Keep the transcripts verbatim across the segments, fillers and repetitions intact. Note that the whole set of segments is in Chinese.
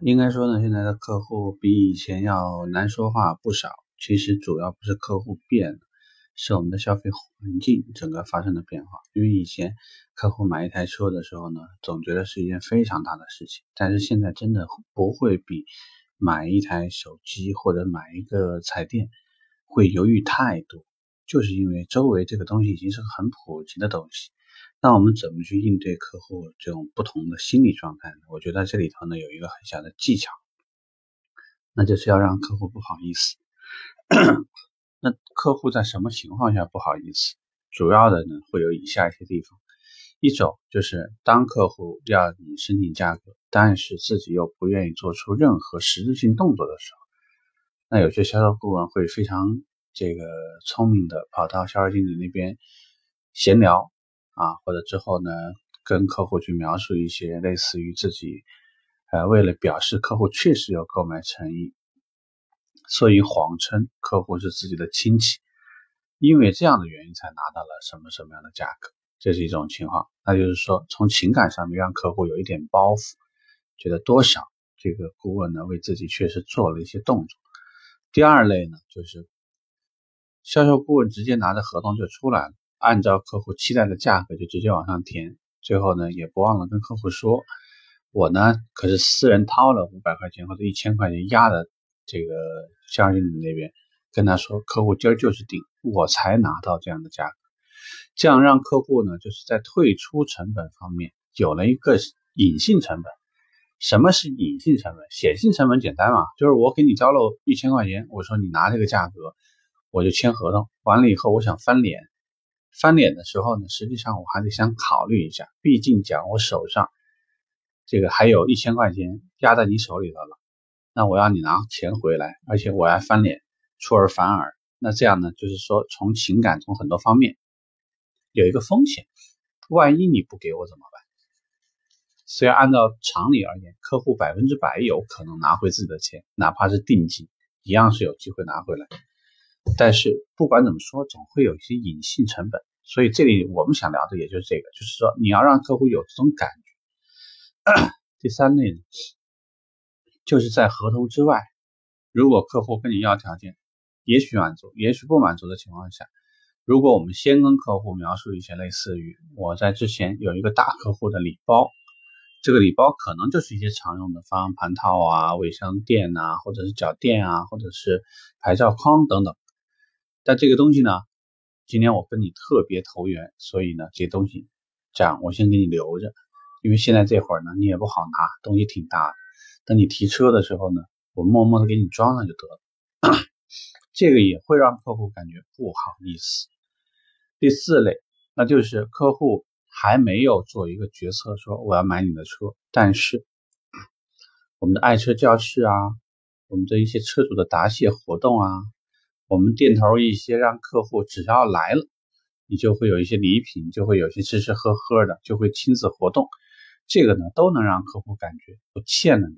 应该说呢，现在的客户比以前要难说话不少。其实主要不是客户变了，是我们的消费环境整个发生了变化。因为以前客户买一台车的时候呢，总觉得是一件非常大的事情，但是现在真的不会比买一台手机或者买一个彩电会犹豫太多，就是因为周围这个东西已经是个很普及的东西。那我们怎么去应对客户这种不同的心理状态呢？我觉得这里头呢有一个很小的技巧，那就是要让客户不好意思。那客户在什么情况下不好意思？主要的呢会有以下一些地方。一种就是当客户要你申请价格，但是自己又不愿意做出任何实质性动作的时候，那有些销售顾问会非常这个聪明的跑到销售经理那边闲聊啊，或者之后呢跟客户去描述一些类似于自己呃为了表示客户确实有购买诚意，所以谎称客户是自己的亲戚，因为这样的原因才拿到了什么什么样的价格，这是一种情况。那就是说从情感上面让客户有一点包袱，觉得多少这个顾问呢为自己确实做了一些动作。第二类呢就是销售顾问直接拿着合同就出来了，按照客户期待的价格就直接往上填，最后呢也不忘了跟客户说，我呢可是私人掏了五百块钱或者一千块钱压的这个销售经理那边，跟他说客户今儿就是定，我才拿到这样的价格。这样让客户呢就是在退出成本方面有了一个隐性成本。什么是隐性成本？显性成本简单嘛，就是我给你交了一千块钱，我说你拿这个价格我就签合同，完了以后我想翻脸，翻脸的时候呢，实际上我还得想考虑一下，毕竟讲我手上这个还有一千块钱压在你手里头了，那我要你拿钱回来，而且我要翻脸，出尔反尔，那这样呢，就是说从情感从很多方面有一个风险，万一你不给我怎么办？虽然按照常理而言，客户百分之百有可能拿回自己的钱，哪怕是定金，一样是有机会拿回来。但是不管怎么说，总会有一些隐性成本，所以这里我们想聊的也就是这个，就是说你要让客户有这种感觉。第三类呢，就是在合同之外，如果客户跟你要条件，也许满足，也许不满足的情况下，如果我们先跟客户描述一些类似于我在之前有一个大客户的礼包，这个礼包可能就是一些常用的方向盘套啊、卫生垫啊，或者是脚垫啊，或者是牌照框等等。但这个东西呢，今天我跟你特别投缘，所以呢，这些东西这样我先给你留着，因为现在这会儿呢你也不好拿，东西挺大的，等你提车的时候呢，我默默的给你装上就得了。这个也会让客户感觉不好意思。第四类，那就是客户还没有做一个决策说我要买你的车，但是我们的爱车教室啊，我们的一些车主的答谢活动啊，我们店头一些让客户只要来了，你就会有一些礼品，就会有一些吃吃喝喝的，就会亲子活动，这个呢都能让客户感觉我欠了你。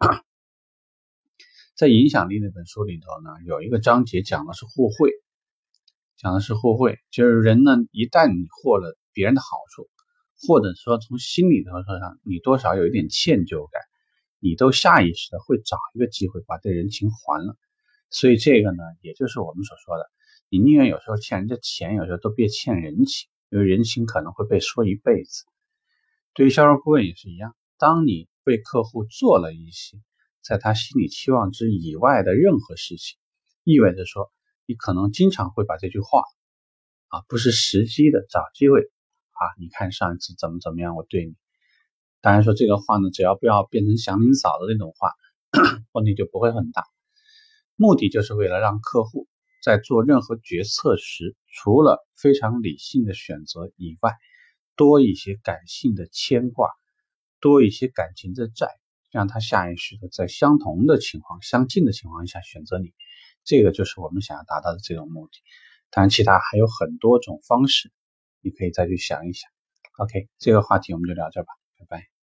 在影响力那本书里头呢，有一个章节讲的是互惠，讲的是互惠，就是人呢一旦你获了别人的好处，或者说从心理头上你多少有一点歉疚感，你都下意识的会找一个机会把这人情还了。所以这个呢，也就是我们所说的，你宁愿有时候欠人家钱，有时候都别欠人情，因为人情可能会被说一辈子。对于销售顾问也是一样，当你为客户做了一些在他心理期望值以外的任何事情，意味着说你可能经常会把这句话啊，不是时机的找机会啊，你看上一次怎么怎么样我对你，当然说这个话呢，只要不要变成祥林嫂的那种话，问题就不会很大。目的就是为了让客户在做任何决策时，除了非常理性的选择以外，多一些感性的牵挂，多一些感情的债，让他下意识的在相同的情况、相近的情况下选择你。这个就是我们想要达到的这种目的。当然其他还有很多种方式，你可以再去想一想。OK， 这个话题我们就聊这吧，拜拜。